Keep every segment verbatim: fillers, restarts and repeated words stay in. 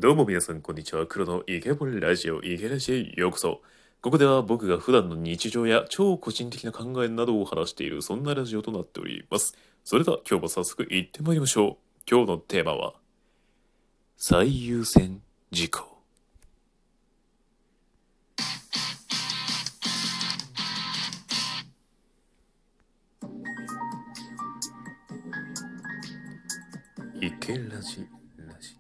どうも皆さんこんにちは。黒のイケボリラジオイケラジへようこそ。ここでは僕が普段の日常や超個人的な考えなどを話しているそんなラジオとなっております。それでは今日も早速行ってまいりましょう。今日のテーマは最優先事項。イケラジラジ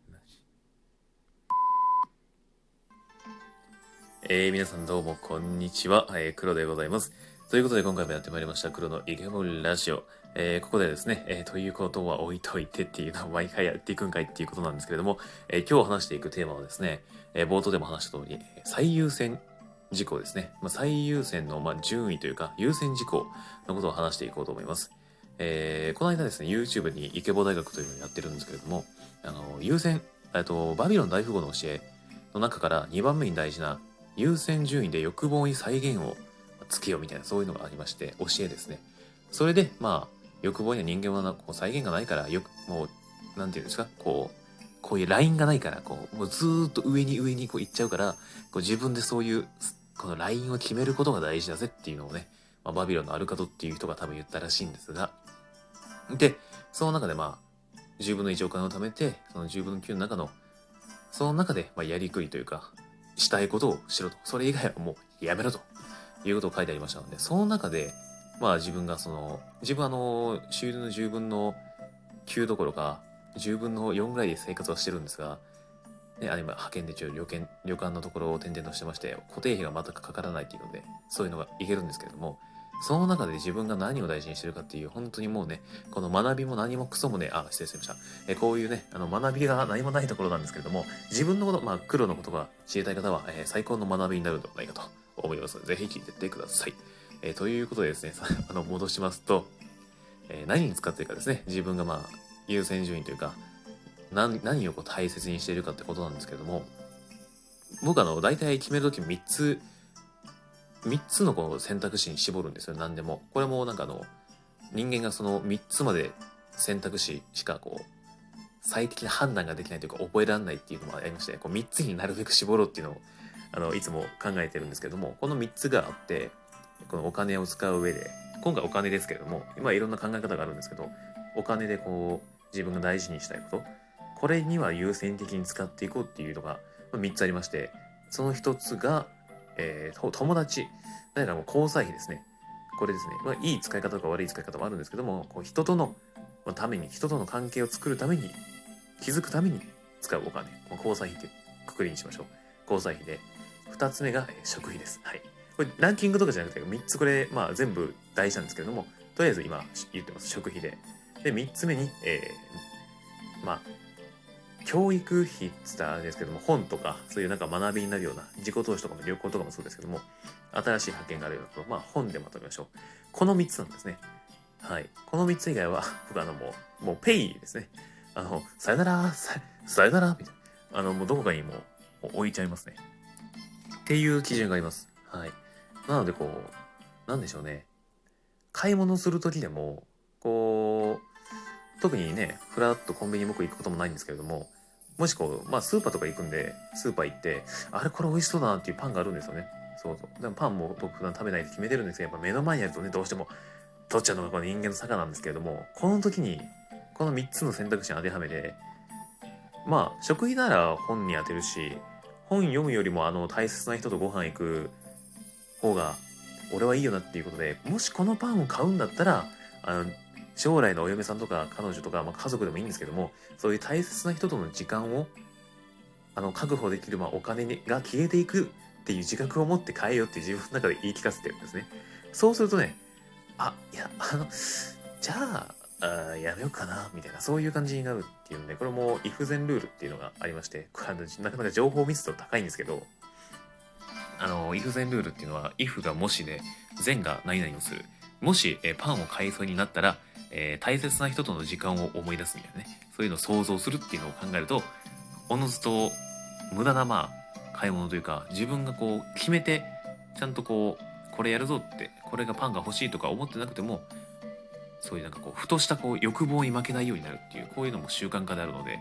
えー、皆さんどうもこんにちは、えー、黒でございます。ということで今回もやってまいりました黒のイケボリラジオ。えー、ここでですね、えー、ということは置いといてっていうのを毎回やっていくんかいっていうことなんですけれども、えー、今日話していくテーマはですね、えー、冒頭でも話した通り、最優先事項ですね。まあ、最優先の、まあ、順位というか優先事項のことを話していこうと思います。えー、この間ですね、YouTube にイケボ大学というのをやってるんですけれども、あの優先、えっと、バビロン大富豪の教えの中からにばんめに大事な優先順位で欲望に再現をつけようみたいなそういうのがありまして、教えですね。それでまあ欲望には人間はこう再現がないからよくもうなんていうんですか、こうこういうラインがないからこうもうずーっと上に上にこう行っちゃうから、こう自分でそういうこのラインを決めることが大事だぜっていうのをね、まあ、バビロンのアルカドっていう人が多分言ったらしいんですが、でその中でまあじゅうぶんのいちお金を貯めて、そのじゅうぶんのきゅうの中のその中でまあやりくりというかしたいことをしろと、それ以外はもうやめろということを書いてありましたので、その中でまあ自分がその自分あの収入のじゅうぶんのきゅうどころかじゅうぶんのよんぐらいで生活はしてるんですが、ね、あ今派遣でちょ旅券旅館のところを転々としてまして、固定費が全くかからないっていうのでそういうのがいけるんですけれども、その中で自分が何を大事にしてるかっていう、本当にもうね、この学びも何もクソもね、あ、失礼しました。えこういうね、あの学びが何もないところなんですけれども、自分のこと、まあ黒のことが知りたい方は、えー最高の学びになるのではないかと思いますので、ぜひ聞いてってください。えーということでですね、さあの戻しますと、えー何に使っているかですね、自分がまあ優先順位というか、何何をこう大切にしているかってことなんですけれども、僕あの大体決めるときみっつみっつのこの選択肢に絞るんですよ、何でも。これもなんかあの人間がそのみっつまで選択肢しかこう最適な判断ができないというか覚えられないっていうのもありまして、こうみっつになるべく絞ろうっていうのをあのいつも考えてるんですけども、このみっつがあって、このお金を使う上で、今回お金ですけれども、今いろんな考え方があるんですけど、お金でこう自分が大事にしたいこと、これには優先的に使っていこうっていうのがみっつありまして、そのひとつが、えー、友達、誰かもう交際費ですね。これですね、まあ、いい使い方とか悪い使い方もあるんですけども、こう人とのために、人との関係を作るために、気づくために使うお金、交際費ってくくりにしましょう。交際費で。ふたつめが食費です。はい。これランキングとかじゃなくて、みっつこれ、まあ全部大事なんですけれども、とりあえず今言ってます。食費で。で、みっつめに、えー、まあ、教育費って言ったらあれですけども、本とか、そういうなんか学びになるような、自己投資とかも旅行とかもそうですけども、新しい発見があるようなこと、まあ本でまとめましょう。このみっつなんですね。はい。このみっつ以外は、僕あのもう、もうペイですね。あの、さよなら、さ、さよなら、みたいな。あの、もうどこかにもう置いちゃいますね。っていう基準があります。はい。なのでこう、なんでしょうね。買い物するときでも、こう、特にね、フラッとコンビニ僕行くこともないんですけれども、もしこう、まあスーパーとか行くんで、スーパー行って、あれこれ美味しそうだなっていうパンがあるんですよね。そうそう。でもパンも僕普段食べないで決めてるんですけど、やっぱ目の前にあるとね、どうしても取っちゃうのがこの人間の坂なんですけれども、この時に、このみっつの選択肢に当てはめて、まあ、食費なら本に当てるし、本読むよりもあの大切な人とご飯行く方が俺はいいよなっていうことで、もしこのパンを買うんだったら、あの、将来のお嫁さんとか彼女とか、まあ、家族でもいいんですけども、そういう大切な人との時間をあの確保できる、まあ、お金が消えていくっていう自覚を持って買えよって自分の中で言い聞かせてるんですね。そうするとね、あ、いや、あの、じゃあ、あやめようかな、みたいな、そういう感じになるっていうので、これも if 全ルールっていうのがありまして、これあのなかなか情報密度高いんですけど、あの、if 全ルールっていうのは、if がもしで、全が何々をする。もし、えーパンを買いそうになったら、えー大切な人との時間を思い出すみたいなね、そういうのを想像するっていうのを考えると、おのずと無駄な、まあ、買い物というか、自分がこう、決めて、ちゃんとこう、これやるぞって、これがパンが欲しいとか思ってなくても、そういうなんかこう、ふとしたこう欲望に負けないようになるっていう、こういうのも習慣化であるので、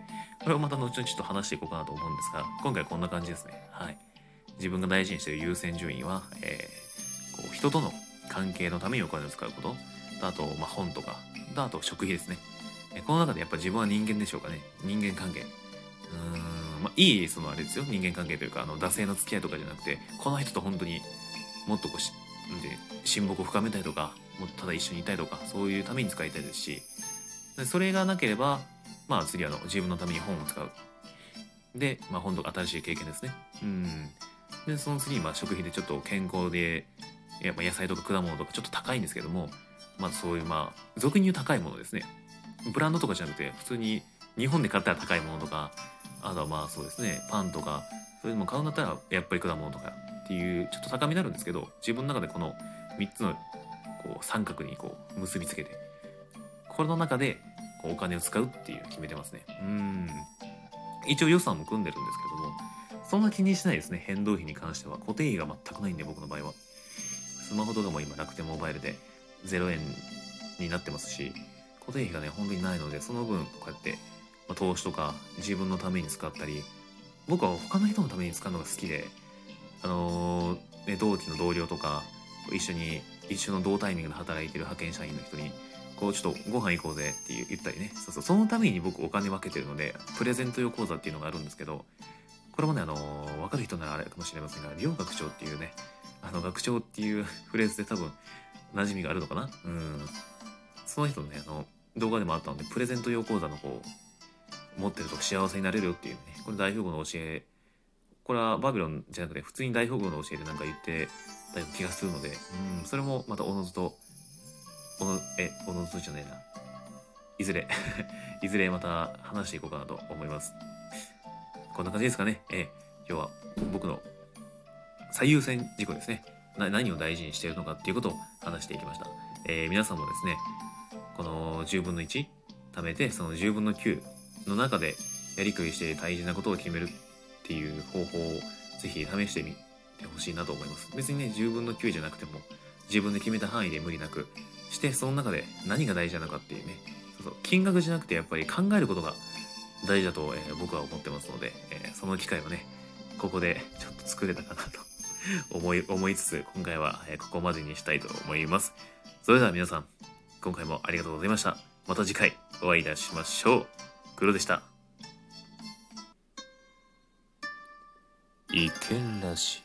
これをまた後々ちょっと話していこうかなと思うんですが、今回こんな感じですね。はい。自分が大事にしている優先順位は、えー、こう人との関係のためにお金を使うこと、あと、まあ、本とか、あと食費ですね。えこの中でやっぱ自分は人間でしょうかね。人間関係。うーん、まあ、いい、そのあれですよ。人間関係というか、あの、惰性の付き合いとかじゃなくて、この人と本当にもっとこうし、で、親睦を深めたいとか、もっとただ一緒にいたいとか、そういうために使いたいですし、でそれがなければ、まあ次はあの自分のために本を使う。で、まあ本とか新しい経験ですね。うん。で、その次にまあ食費でちょっと健康で、やっぱ野菜とか果物とかちょっと高いんですけども、まあそういうまあ、俗に言う高いものですね。ブランドとかじゃなくて、普通に日本で買ったら高いものとか、あとはまあそうですね、パンとか、そういうのも買うんだったらやっぱり果物とかっていうちょっと高めになるんですけど、自分の中でこのみっつのこう三角にこう結びつけて、これの中でこうお金を使うっていう決めてますね。うん。一応予算も組んでるんですけども、そんな気にしないですね。変動費に関しては。固定費が全くないんで、僕の場合は。スマホとかも今楽天モバイルでゼロえんになってますし、固定費がね、本当にないので、その分、こうやって、まあ、投資とか自分のために使ったり、僕は他の人のために使うのが好きで、あのーね、同期の同僚とか、一緒に、一緒の同タイミングで働いてる派遣社員の人に、こうちょっとご飯行こうぜって言ったりね、そうそう、そのために僕お金分けてるので、プレゼント用講座っていうのがあるんですけど、これもね、あのー、分かる人ならあれかもしれませんが、両学長っていうね、あの、学長っていうフレーズで多分、馴染みがあるのかな。うん。その人のね、あの、動画でもあったので、プレゼント用講座のこう、持ってると幸せになれるよっていうね、これ大富豪の教え、これはバビロンじゃなくて、普通に大富豪の教えでなんか言ってたような気がするので、うん、それもまたおのずと、おの、え、おのずとじゃねえな。いずれいずれまた話していこうかなと思います。こんな感じですかね。え今日は僕の最優先事項ですね。な何を大事にしているのかっていうことを話していきました。えー皆さんもですね、このじゅうぶんのいち貯めて、そのじゅうぶんのきゅうの中でやりくりして大事なことを決めるっていう方法をぜひ試してみてほしいなと思います。別にね、じゅうぶんのきゅうじゃなくても、自分で決めた範囲で無理なくして、その中で何が大事なのかっていうね、そうそう金額じゃなくてやっぱり考えることが大事だと、えー僕は思ってますので、えーその機会をね、ここでちょっと作れたかなと思い、思いつつ、今回は、えーここまでにしたいと思います。それでは皆さん、今回もありがとうございました。また次回お会いいたしましょう。黒でした。いけらしい。